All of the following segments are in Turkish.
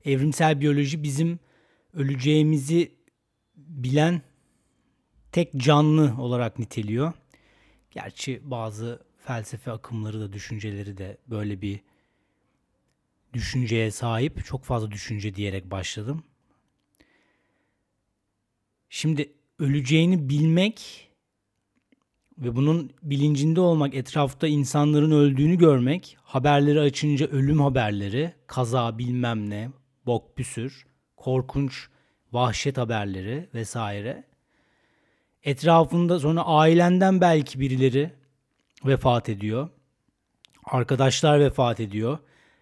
Evrimsel biyoloji bizim öleceğimizi bilen tek canlı olarak niteliyor. Gerçi bazı felsefe akımları da düşünceleri de böyle bir düşünceye sahip. Çok fazla düşünce diyerek başladım. Şimdi öleceğini bilmek ve bunun bilincinde olmak, etrafta insanların öldüğünü görmek, haberleri açınca ölüm haberleri, kaza bilmem ne, bok püsür, korkunç vahşet haberleri vesaire. Etrafında sonra ailenden belki birileri vefat ediyor. Arkadaşlar vefat ediyor.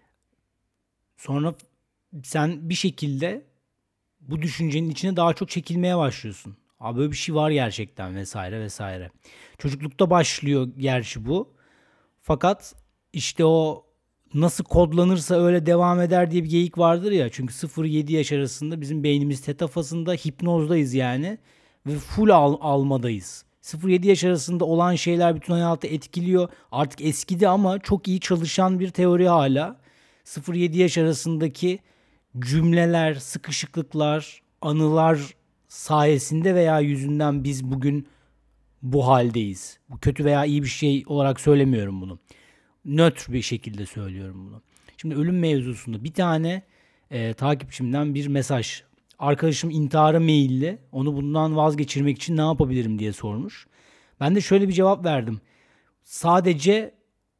Sonra sen bir şekilde bu düşüncenin içine daha çok çekilmeye başlıyorsun. Abi böyle bir şey var gerçekten vesaire vesaire. Çocuklukta başlıyor gerçi bu. Fakat işte o nasıl kodlanırsa öyle devam eder diye bir geyik vardır ya. Çünkü 0-7 yaş arasında bizim beynimiz teta fazında, hipnozdayız yani. Ve full almadayız. 0-7 yaş arasında olan şeyler bütün hayatı etkiliyor. Artık eskidi ama çok iyi çalışan bir teori hala. 0-7 yaş arasındaki cümleler, sıkışıklıklar, anılar sayesinde veya yüzünden biz bugün bu haldeyiz. Bu kötü veya iyi bir şey olarak söylemiyorum bunu. Nötr bir şekilde söylüyorum bunu. Şimdi ölüm mevzusunda bir tane takipçimden bir mesaj. Arkadaşım intihara meyilli. Onu bundan vazgeçirmek için ne yapabilirim diye sormuş. Ben de şöyle bir cevap verdim. Sadece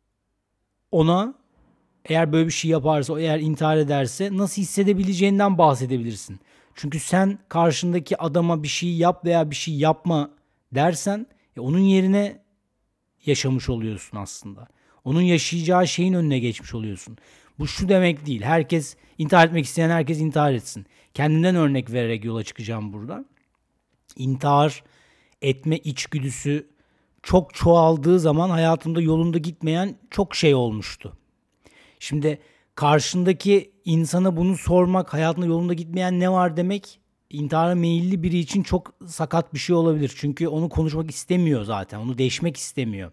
ona eğer böyle bir şey yaparsa, eğer intihar ederse nasıl hissedebileceğinden bahsedebilirsin. Çünkü sen karşındaki adama bir şey yap veya bir şey yapma dersen onun yerine yaşamış oluyorsun aslında. Onun yaşayacağı şeyin önüne geçmiş oluyorsun. Bu şu demek değil. Herkes intihar etmek isteyen herkes intihar etsin. Kendimden örnek vererek yola çıkacağım burada. İntihar etme içgüdüsü çok çoğaldığı zaman hayatımda yolunda gitmeyen çok şey olmuştu. Şimdi karşındaki insana bunu sormak, hayatında yolunda gitmeyen ne var demek, intihara meyilli biri için çok sakat bir şey olabilir. Çünkü onu konuşmak istemiyor zaten, onu deşmek istemiyor.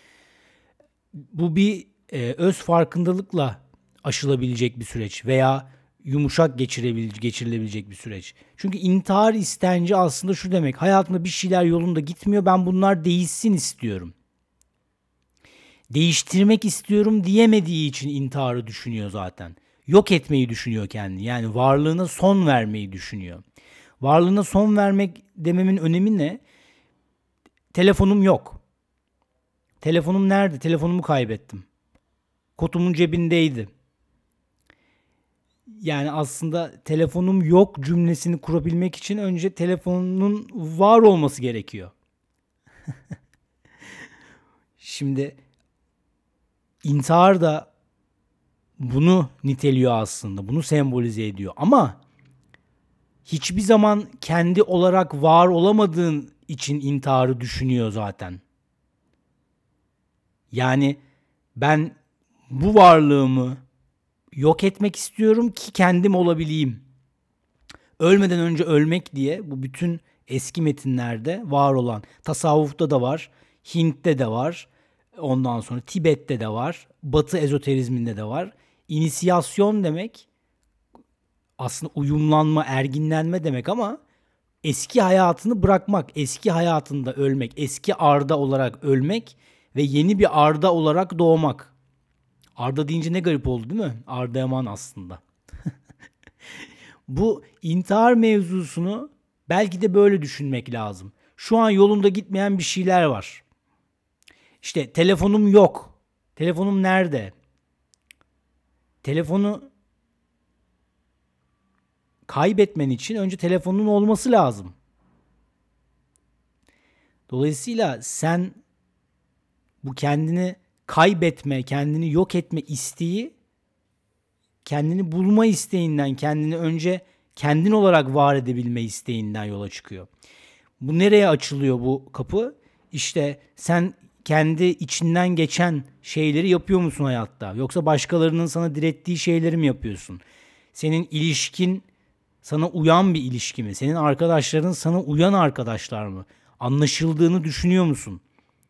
Bu bir öz farkındalıkla aşılabilecek bir süreç veya yumuşak geçirilebilecek bir süreç. Çünkü intihar istenci aslında şu demek, hayatımda bir şeyler yolunda gitmiyor, ben bunlar değişsin istiyorum. Değiştirmek istiyorum diyemediği için intiharı düşünüyor zaten. Yok etmeyi düşünüyor kendini. Yani varlığına son vermeyi düşünüyor. Varlığına son vermek dememin önemi ne? Telefonum yok. Telefonum nerede? Telefonumu kaybettim. Kotumun cebindeydi. Yani aslında telefonum yok cümlesini kurabilmek için önce telefonun var olması gerekiyor. Şimdi intihar da bunu niteliyor aslında. Bunu sembolize ediyor. Ama hiçbir zaman kendi olarak var olamadığın için intiharı düşünüyor zaten. Yani ben bu varlığımı yok etmek istiyorum ki kendim olabileyim. Ölmeden önce ölmek diye bu bütün eski metinlerde var olan, tasavvufta da var, Hint'te de var, ondan sonra Tibet'te de var, Batı ezoterizminde de var. İnisiyasyon demek aslında uyumlanma, erginlenme demek ama eski hayatını bırakmak, eski hayatında ölmek, eski Arda olarak ölmek ve yeni bir Arda olarak doğmak. Arda deyince ne garip oldu değil mi? Arda Yaman aslında. Bu intihar mevzusunu belki de böyle düşünmek lazım. Şu an yolunda gitmeyen bir şeyler var. İşte telefonum yok. Telefonum nerede? Telefonu kaybetmen için önce telefonun olması lazım. Dolayısıyla sen bu kendini kaybetme, kendini yok etme isteği, kendini bulma isteğinden, kendini önce kendin olarak var edebilme isteğinden yola çıkıyor. Bu nereye açılıyor bu kapı? İşte sen kendi içinden geçen şeyleri yapıyor musun hayatta? Yoksa başkalarının sana direttiği şeyleri mi yapıyorsun? Senin ilişkin sana uyan bir ilişki mi? Senin arkadaşların sana uyan arkadaşlar mı? Anlaşıldığını düşünüyor musun?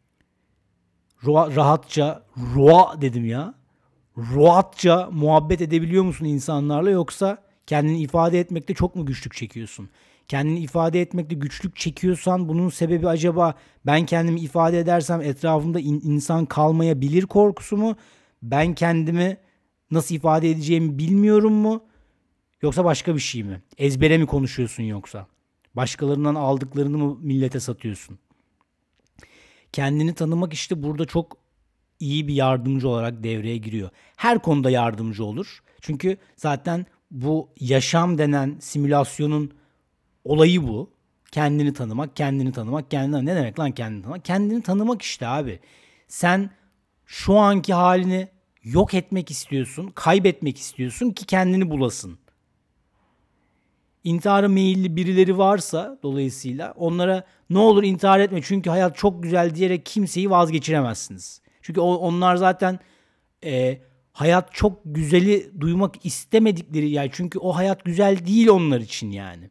Rahatça, rahatça muhabbet edebiliyor musun insanlarla, yoksa Kendini ifade etmekte çok mu güçlük çekiyorsun? Kendini ifade etmekte güçlük çekiyorsan bunun sebebi acaba ben kendimi ifade edersem etrafımda insan kalmayabilir korkusu mu? Ben kendimi nasıl ifade edeceğimi bilmiyorum mu? Yoksa başka bir şey mi? Ezbere mi konuşuyorsun yoksa? Başkalarından aldıklarını mı millete satıyorsun? Kendini tanımak işte burada çok iyi bir yardımcı olarak devreye giriyor. Her konuda yardımcı olur. Çünkü zaten bu yaşam denen simülasyonun olayı bu. Kendini tanımak, kendini tanımak, kendini tanımak. Ne demek lan kendini tanımak? Kendini tanımak işte abi. Sen şu anki halini yok etmek istiyorsun, kaybetmek istiyorsun ki kendini bulasın. İntihara meyilli birileri varsa dolayısıyla onlara ne olur intihar etme çünkü hayat çok güzel diyerek kimseyi vazgeçiremezsiniz. Çünkü onlar zaten hayat çok güzeli duymak istemedikleri yani çünkü o hayat güzel değil onlar için yani.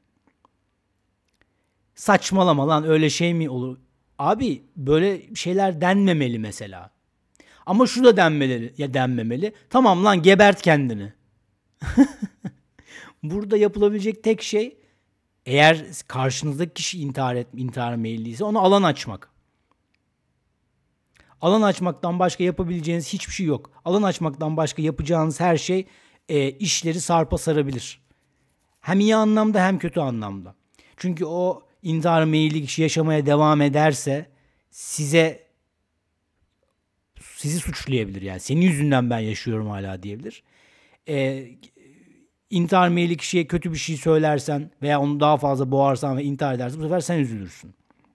Saçmalama lan öyle şey mi olur? Abi böyle şeyler denmemeli mesela. Ama şu da denmemeli. Tamam lan gebert kendini. Burada yapılabilecek tek şey eğer karşınızdaki kişi intihara meyilliyse ona alan açmak. Alan açmaktan başka yapabileceğiniz hiçbir şey yok. Alan açmaktan başka yapacağınız her şey işleri sarpa sarabilir. Hem iyi anlamda hem kötü anlamda. Çünkü o intihara meyilli kişi yaşamaya devam ederse sizi suçlayabilir. Yani senin yüzünden ben yaşıyorum hala diyebilir. İntihar meyilli kişiye kötü bir şey söylersen veya onu daha fazla boğarsan ve intihar edersen bu sefer sen üzülürsün.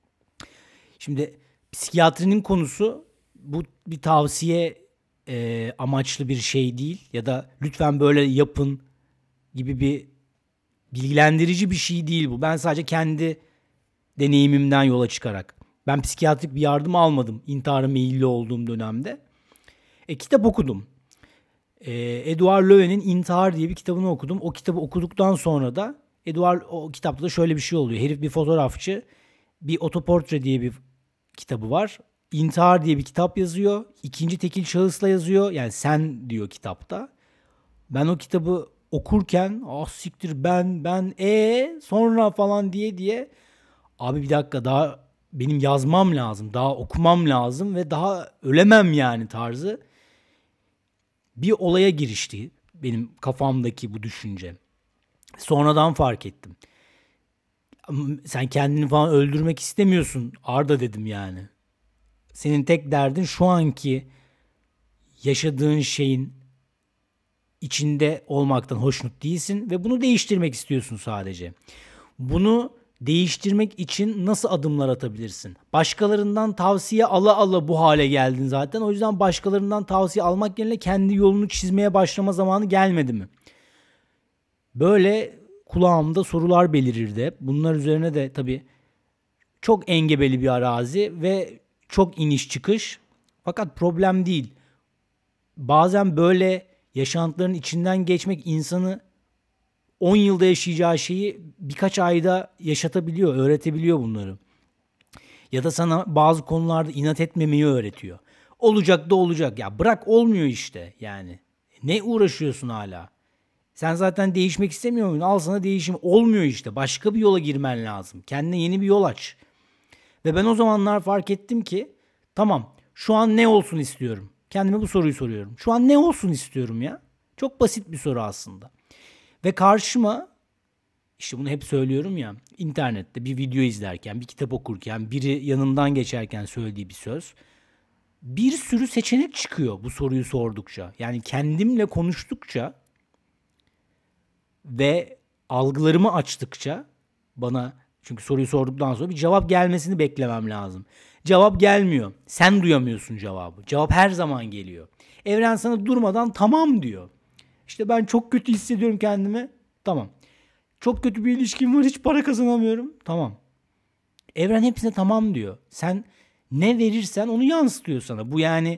Şimdi psikiyatrinin konusu bu bir tavsiye amaçlı bir şey değil ya da lütfen böyle yapın gibi bir bilgilendirici bir şey değil bu. Ben sadece kendi deneyimimden yola çıkarak. Ben psikiyatrik bir yardım almadım intihara meyilli olduğum dönemde. Kitap okudum. Edward Loewen'in İntihar diye bir kitabını okudum. O kitabı okuduktan sonra da o kitapta da şöyle bir şey oluyor. Herif bir fotoğrafçı. Bir otoportre diye bir kitabı var. İntihar diye bir kitap yazıyor. İkinci tekil şahısla yazıyor. Yani sen diyor kitapta. Ben o kitabı okurken siktir ben sonra falan diye abi bir dakika daha benim yazmam lazım. Daha okumam lazım ve daha ölemem yani tarzı bir olaya girişti benim kafamdaki bu düşünce. Sonradan fark ettim. Sen kendini falan öldürmek istemiyorsun Arda dedim yani. Senin tek derdin şu anki yaşadığın şeyin içinde olmaktan hoşnut değilsin ve bunu değiştirmek istiyorsun sadece. Bunu değiştirmek için nasıl adımlar atabilirsin? Başkalarından tavsiye ala bu hale geldin zaten. O yüzden başkalarından tavsiye almak yerine kendi yolunu çizmeye başlama zamanı gelmedi mi? Böyle kulağımda sorular belirirdi. Bunlar üzerine de tabii çok engebeli bir arazi ve çok iniş çıkış. Fakat problem değil. Bazen böyle yaşantıların içinden geçmek insanı 10 yılda yaşayacağı şeyi birkaç ayda yaşatabiliyor, öğretebiliyor bunları. Ya da sana bazı konularda inat etmemeyi öğretiyor. Olacak da olacak. Ya bırak olmuyor işte yani. Ne uğraşıyorsun hala? Sen zaten değişmek istemiyor musun? Al sana değişim. Olmuyor işte. Başka bir yola girmen lazım. Kendine yeni bir yol aç. Ve ben o zamanlar fark ettim ki tamam şu an ne olsun istiyorum? Kendime bu soruyu soruyorum. Şu an ne olsun istiyorum ya? Çok basit bir soru aslında. Ve karşıma işte bunu hep söylüyorum ya internette bir video izlerken, bir kitap okurken, biri yanından geçerken söylediği bir söz. Bir sürü seçenek çıkıyor bu soruyu sordukça. Yani kendimle konuştukça ve algılarımı açtıkça bana çünkü soruyu sorduktan sonra bir cevap gelmesini beklemem lazım. Cevap gelmiyor. Sen duyamıyorsun cevabı. Cevap her zaman geliyor. Evren sana durmadan tamam diyor. İşte ben çok kötü hissediyorum kendimi. Tamam. Çok kötü bir ilişkim var. Hiç para kazanamıyorum. Tamam. Evren hepsine tamam diyor. Sen ne verirsen onu yansıtıyor sana. Bu yani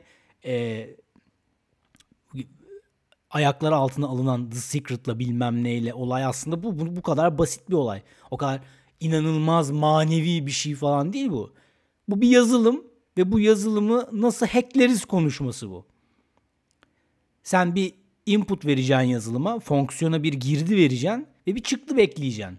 ayaklar altına alınan The Secret'la bilmem neyle olay aslında bu kadar basit bir olay. O kadar inanılmaz manevi bir şey falan değil bu. Bu bir yazılım ve bu yazılımı nasıl hackleriz konuşması bu. Sen bir input vereceksin yazılıma, fonksiyona bir girdi vereceksin ve bir çıktı bekleyeceksin.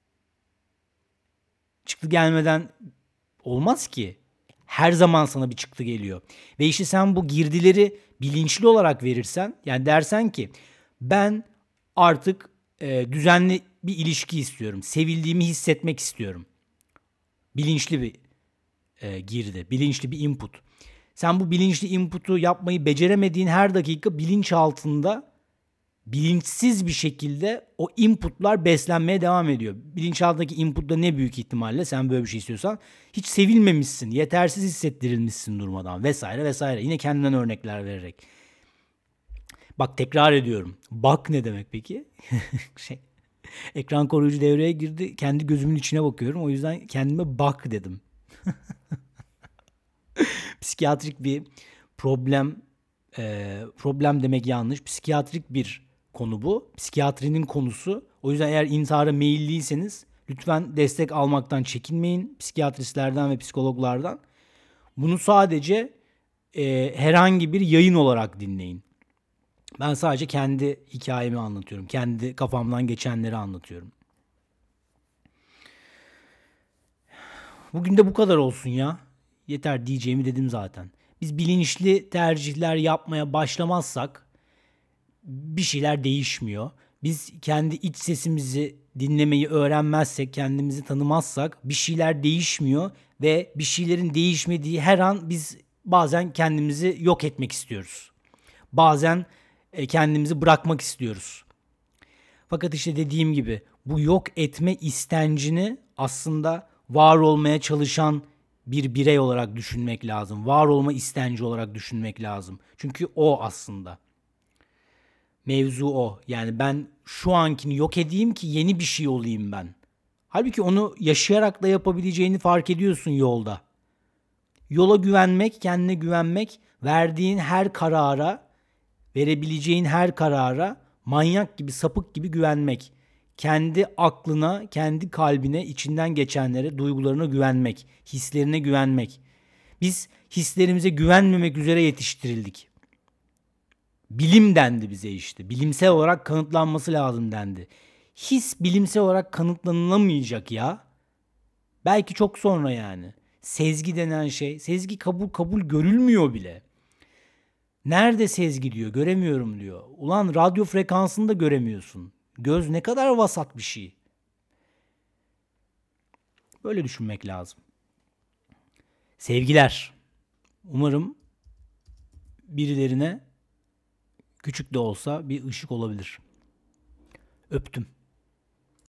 Çıktı gelmeden olmaz ki. Her zaman sana bir çıktı geliyor. Ve işte sen bu girdileri bilinçli olarak verirsen, yani dersen ki ben artık düzenli bir ilişki istiyorum. Sevildiğimi hissetmek istiyorum. Bilinçli bir girdi, bilinçli bir input. Sen bu bilinçli input'u yapmayı beceremediğin her dakika bilinç altında bilinçsiz bir şekilde o inputlar beslenmeye devam ediyor. Bilinçaltındaki inputta ne büyük ihtimalle sen böyle bir şey istiyorsan hiç sevilmemişsin, yetersiz hissettirilmişsin durmadan vesaire vesaire. Yine kendinden örnekler vererek. Bak tekrar ediyorum. Bak ne demek peki? Ekran koruyucu devreye girdi. Kendi gözümün içine bakıyorum. O yüzden kendime bak dedim. Psikiyatrik bir problem, problem demek yanlış. Psikiyatrik bir konu bu. Psikiyatrinin konusu. O yüzden eğer intihara meyilliyseniz lütfen destek almaktan çekinmeyin. Psikiyatristlerden ve psikologlardan. Bunu sadece herhangi bir yayın olarak dinleyin. Ben sadece kendi hikayemi anlatıyorum. Kendi kafamdan geçenleri anlatıyorum. Bugün de bu kadar olsun ya. Yeter diyeceğimi dedim zaten. Biz bilinçli tercihler yapmaya başlamazsak bir şeyler değişmiyor. Biz kendi iç sesimizi dinlemeyi öğrenmezsek, kendimizi tanımazsak bir şeyler değişmiyor ve bir şeylerin değişmediği her an biz bazen kendimizi yok etmek istiyoruz. Bazen kendimizi bırakmak istiyoruz. Fakat işte dediğim gibi bu yok etme istencini aslında var olmaya çalışan bir birey olarak düşünmek lazım. Var olma istenci olarak düşünmek lazım. Çünkü o aslında. Mevzu o. Yani ben şu ankini yok edeyim ki yeni bir şey olayım ben. Halbuki onu yaşayarak da yapabileceğini fark ediyorsun yolda. Yola güvenmek, kendine güvenmek, verdiğin her karara, verebileceğin her karara manyak gibi, sapık gibi güvenmek. Kendi aklına, kendi kalbine, içinden geçenlere, duygularına güvenmek, hislerine güvenmek. Biz hislerimize güvenmemek üzere yetiştirildik. Bilim dendi bize işte. Bilimsel olarak kanıtlanması lazım dendi. His bilimsel olarak kanıtlanılamayacak ya. Belki çok sonra yani. Sezgi denen şey, sezgi kabul görülmüyor bile. Nerede sezgi diyor, göremiyorum diyor. Ulan radyo frekansını da göremiyorsun. Göz ne kadar vasat bir şey. Böyle düşünmek lazım. Sevgiler. Umarım birilerine küçük de olsa bir ışık olabilir. Öptüm.